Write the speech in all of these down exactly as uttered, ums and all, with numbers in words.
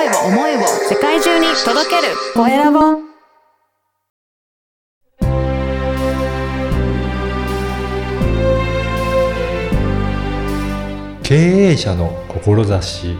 声を思いを世界中に届けるコエラボ。 経営者の志。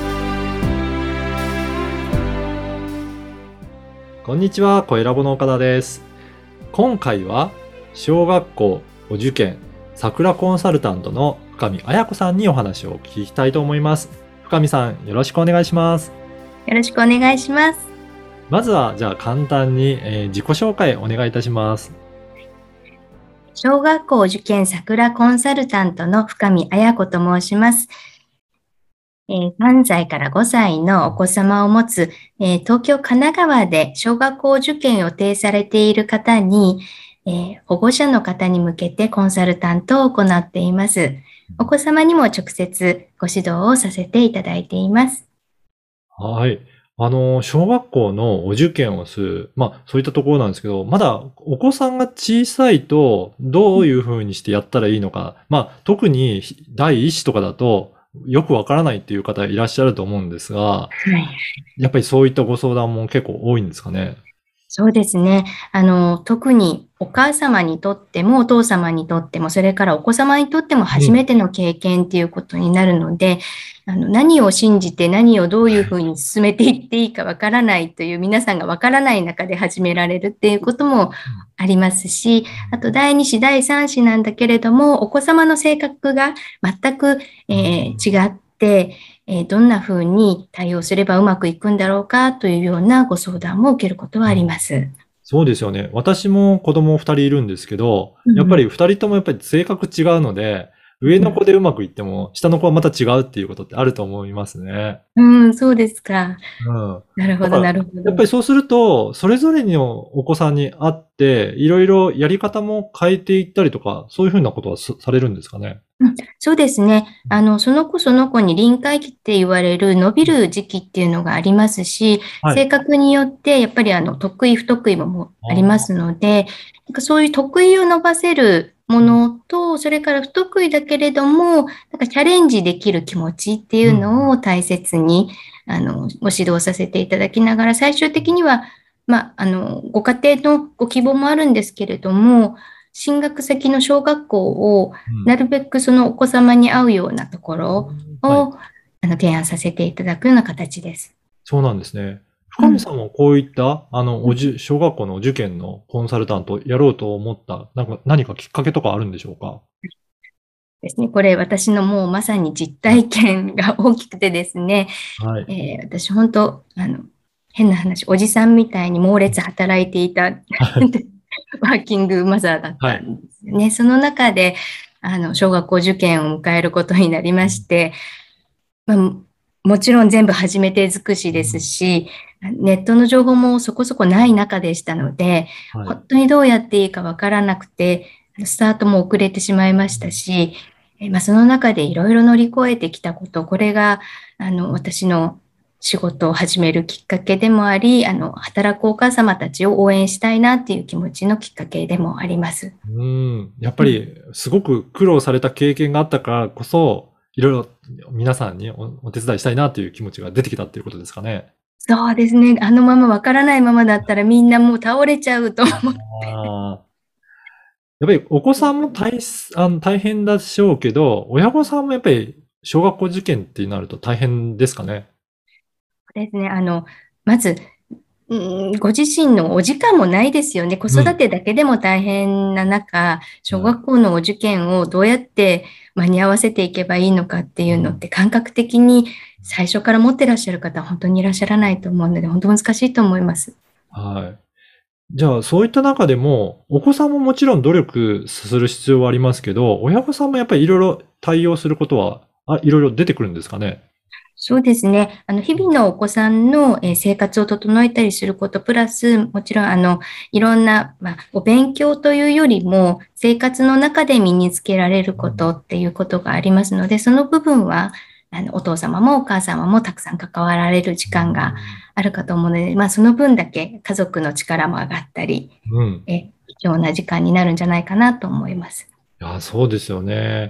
こんにちは、コエラボの岡田です。今回は小学校お受験桜コンサルタントの深見彩子さんにお話をお聞きしたいと思います。深見さん、よろしくお願いします。 よろしくお願いします。 まずはじゃあ簡単に、えー、自己紹介お願いいたします。 小学校受験桜コンサルタントの深見彩子と申します。えー、さんさいからごさいのお子様を持つ、えー、東京神奈川で小学校受験を予定されている方に、えー、保護者の方に向けてコンサルタントを行っています。お子様にも直接ご指導をさせていただいています。 はい。あの、小学校のお受験をする、まあ、そういったところなんですけど、まだお子さんが小さいと、どういうふうにしてやったらいいのか、まあ、特に第一子とかだと、よくわからないっていう方いらっしゃると思うんですが、 はい。 やっぱりそういったご相談も結構多いんですかね。 そうですね。あの、特にお母様にとってもお父様にとっても、それからお子様にとっても初めての経験っていうことになるので、あの、何を信じて何をどういうふうに進めていっていいかわからないという、皆さんがわからない中で始められるっていうこともありますし、あと第二子、第三子なんだけれども、お子様の性格が全く、えー違って、えーどんなふうに対応すればうまくいくんだろうかというようなご相談も受けることはあります。 そうですよね。私も子供二人いるんですけど、 うんやっぱり二人ともやっぱり性格違うので、上の子でうまくいっても、下の子はまた違うっていうことってあると思いますね。 うん、そうですか。 うん。 なるほど、 だから、 なるほど。 やっぱりそうすると、それぞれのお子さんに合って、いろいろやり方も変えていったりとか、そういうふうなことはさされるんですかね。 うん、そうですね。あの、その子その子に臨界期って言われる伸びる時期っていうのがありますし、 はい。 性格によってやっぱりあの、得意不得意ももありまああ、 すので、なんかそういう得意を伸ばせるもうん、 のと、それから不得意だけれども、なんかチャレンジできる気持ちっていうん、 ううん。 のを大切に、あの、ご指導させていただきながら、最終的には、まあ、あの、ご家庭のご希望もあるんですけれども、進学先の小学校をうん。 なるべくそのお子様に合うようなところをはい。 あの提案させていただくような形です。 そうなんですね。 うん。 深見さんもこういった、あの、おじゅ、小学校のお受験のコンサルタントやろうと思った、なんか、何かきっかけとかあるんでしょうか？ ですね。これ私のもうまさに実はい。 体験が大きくてですね、 はい。 えー私本当、あの、変な話、おじさんみたいに猛烈働いていたワーキングマザーだっはい。 たんですよね。その中で、あの、小学校受験を迎えることになりまして、まあ、もちろん全部初めて尽くしですうん。 し、ネットの情報もそこそこない中でしたので、 はい。 本当にどうやっていいかわからなくて、スタートも遅れてしまいましたし、えまあ、その中でいろいろ乗り越えてきたこと、これが、あの、私の仕事を始めるきっかけでもあり、あの、働くお母様たちを応援したいなっていう気持ちのきっかけでもあります。 うーん。やっぱうん。 り、すごく苦労された経験があったからこそ、いろいろ皆さんにお、お手伝いしたいなという気持ちが出てきたっていうことですかね。 そうですね。あのままわからないままだったらみんなもう倒れちゃうと思って。 ああ。やっぱりお子さんも大す、あの、大変でしょうけど、親御さんもやっぱり小学校受験ってなると大変ですかね。 ですね。あの、まず、うん、ご自身のお時間もないですよね。子うん。 育てだけでも大変な中、小はい。 学校のお受験をどうやって間に合わせていけばいいのかっていうのっうん。 て感覚的に最初から持ってらっしゃる方は本当にいらっしゃらないと思うので、本当難しいと思います。 はい。じゃあ、そういった中でも、お子さんももちろん努力する必要はありますけど、親御さんもやっぱりいろいろ対応することは、あ、いろいろ出てくるんですかね？ そうですね。あの、日々のお子さんの、えー生活を整えたりすること、プラス、もちろん、あの、いろんな、まあ、お勉強というよりも、生活の中で身につけられることっていうことがありますので、その部分は、あの、お父様もお母様もたくさん関わられる時間があるかと思うので、まあ、その分だけ家族の力も上がったり、 うん。 え、貴重な時間になるんじゃないかなと思います。 いや、そうですよね。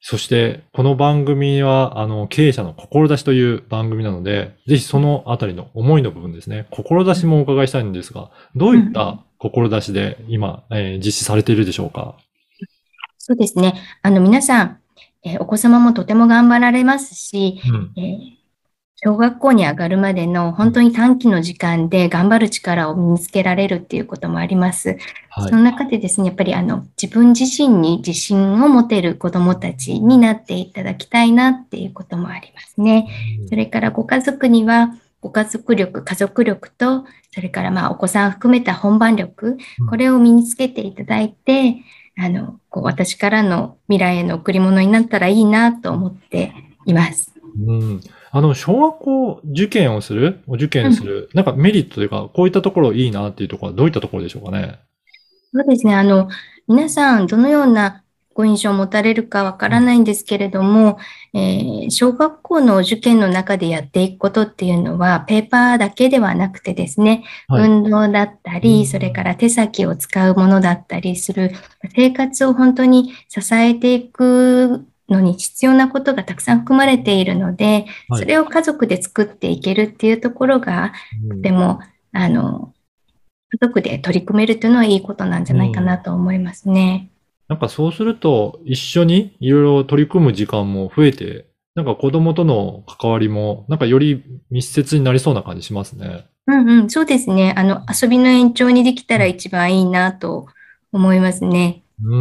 そして、この番組は、あの、経営者の志という番組なので、ぜひそのあたりの思いの部分ですね、志もお伺いしたいんですが、どういった志で今、えー実施されているでしょうか？ そうですね。あの、皆さん、えーお子様もとても頑張られますし、 うん。 えー小学校に上がるまでの本当に短期の時間で頑張る力を身につけられるっていうこともあります。 はい。 その中でですね、やっぱりあの自分自身に自信を持てる子どもたちになっていただきたいなっていうこともありますね。それからご家族にはご家族力、家族力と、それからまあお子さん含めた本番力、 うんこれを身につけていただいて、あのこう私からの未来への贈り物になったらいいなと思っています。 うん。あの、小学校受験をする、お受うん、 験する、なんかメリットというか、こういったところいいなっていうところはどういったところでしょうかね？ そうですね。あの、皆さんどのようなご印象を持たれるかわからうん。 ないんですけれども、えー小学校の受験の中でやっていくことっていうのは、ペーパーだけではなくてですね、 はい。 運動だったうり、それかん。 ら手先を使うものだったりする、生活を本当に支えていくのに必要なことがたくさん含まれているので、 はい。 それを家族で作っていけるっていうところが、 うん。 とても、あの、家族で取り組めるというのはいいことなんじゃないかなうん。 と思いますね。 なんかそうすると、一緒にいろいろ取り組む時間も増えて、なんか子供との関わりも、なんかより密接になりそうな感じしますね。 うんうん、そうですね。あの、遊びの延長にできたらうん。 一番いいなと思いますね。 うん。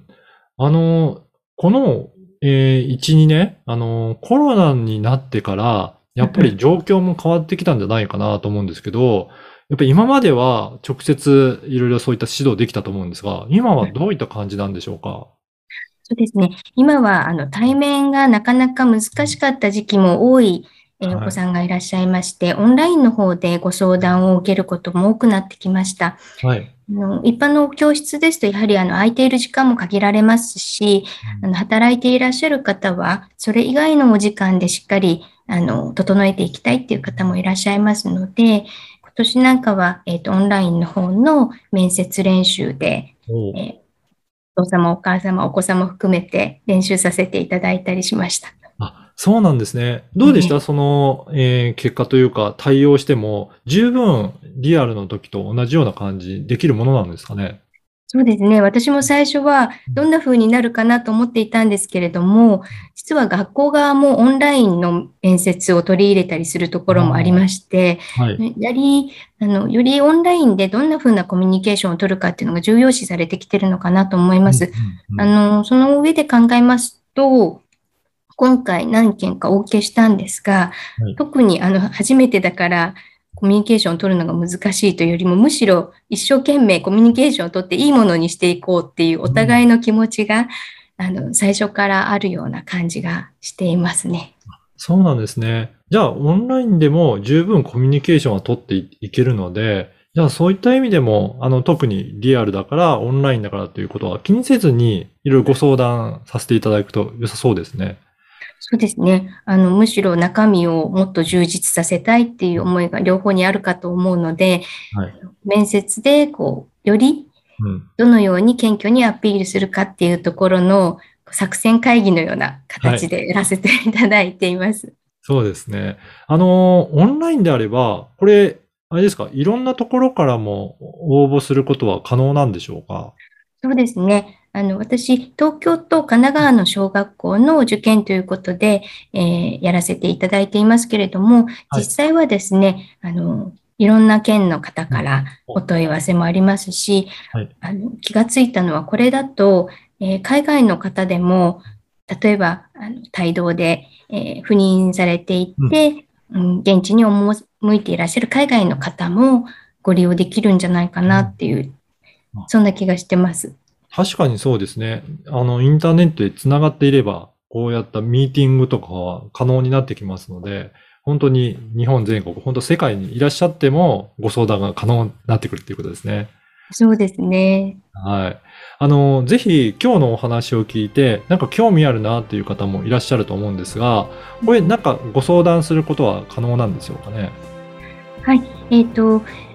あの、この、えー、いち、にねん、あの、コロナになってから、やっぱりうんうん。 状況も変わってきたんじゃないかなと思うんですけど、やっぱり今までは直接いろいろそういった指導できたと思うんですが、今はどういった感じなんでしょうか？ そうですね。今は、あの、対面がなかなか難しかった時期も多い、えーお子はい。 さんがいらっしゃいまして、オンラインの方でご相談を受けることも多くなってきました。 はい。 あの、一般の教室ですと、やはりあの、空いている時間も限られますし、 うん。 あの、働いていらっしゃる方は、それ以外のお時間でしっかり、あの、整えていきたいっていう方もいらっしゃいますので、今年なんかは、えっと、オンラインの方の面接練習で、 おう。 えーお父様、お母様、お子様含めて練習させていただいたりしました。 あ、そうなんですね。どうでしたね、 その、えー結果というか、対応しても、十分リアルの時と同じような感じできるものなんですかね？ そうですね。私も最初はうん。 どんな風になるかなと思っていたんですけれども、実は学校側もオンラインの面接を取り入れたりするところもありまあして、 あ、はい。 ねやり、あの、よりオンラインでどんな風なコミュニケーションを取るかっていうのが重要視されてきてるのかなと思いうん、 ます。 うん、うん。 あの、その上で考えますと、今回何件かお受けしたんですが、 はい。 特にあの初めてだからコミュニケーションを取るのが難しいというよりも、むしろ一生懸命コミュニケーションを取っていいものにしていこうっていうおうん。 互いの気持ちがあの最初からあるような感じがしていますね。 そうなんですね。じゃあ、オンラインでも十分コミュニケーションは取っていいけるので、じゃあそういった意味でも、あの、特にリアルだから、オンラインだからということは気にせずに、いろいろご相談させていただくと良さそうですね。 そうですね。あの、むしろ中身をもっと充実させたいっていう思いが両方にあるかと思うので、 はい。 面接でこう、よりうん。 どのように謙虚にアピールするかっていうところの作戦会議のようなはい。 形でやらせていただいています。 そうですね。あの、オンラインであれば、これ、あれですか、いろんなところからも応募することは可能なんでしょうか？ そうですね。あの、私、東京と神奈川の小学校の受験ということで、えーやらせていただいていますけれども、 はい。 実際はですね、あの、いろんな県の方うん。 からおお、 問い合わせもありますし、 はい。 あの、気がついたのはこれだと、えー海外の方でも、例えば、あの、帯同で、えー赴任されていうん。 て、うん、現地に赴いていらっしゃる海外の方もご利用できるんじゃないかなうん。 っていう、 あ、 そんな気がしてます。 確かにそうですね。あの、インターネットで繋がっていれば、こうやったミーティングとかは可能になってきますので、本当に日本全国、本当世界にいらっしゃってもご相談が可能になってくるっていうことですね。 そうですね。 はい。あの、ぜひ今日のお話を聞いて、なんか興味あるなっていう方もいらっしゃると思うんですが、これなんかご相談することは可能なんでしょうかね？ はい。えっと、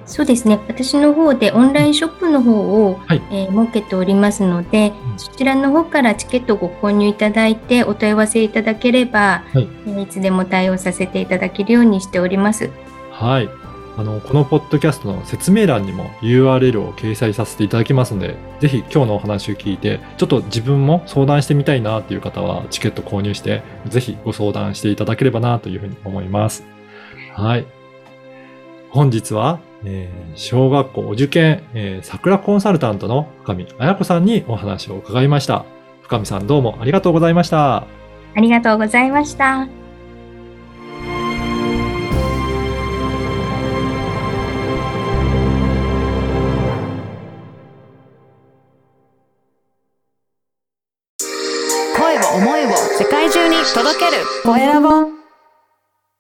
そうですね。私の方でオンラインショップの方を、 はい。 えー設けておりますので、 うんそちらの方からチケットをご購入いただいてお問い合わせいただければ、 はい。 えーいつでも対応させていただけるようにしております。 はい。あの、このポッドキャストの説明欄にも ユーアールエル を掲載させていただきますので、ぜひ今日のお話を聞いて、ちょっと自分も相談してみたいなっていう方は、チケット購入して、ぜひご相談していただければなというふうに思います。はい。本日は、えー小学校お受験、えー桜コンサルタントの深見彩子さんにお話を伺いました。深見さんどうもありがとうございました。 ありがとうございました。 声を思いを世界中に届けるコエラボ。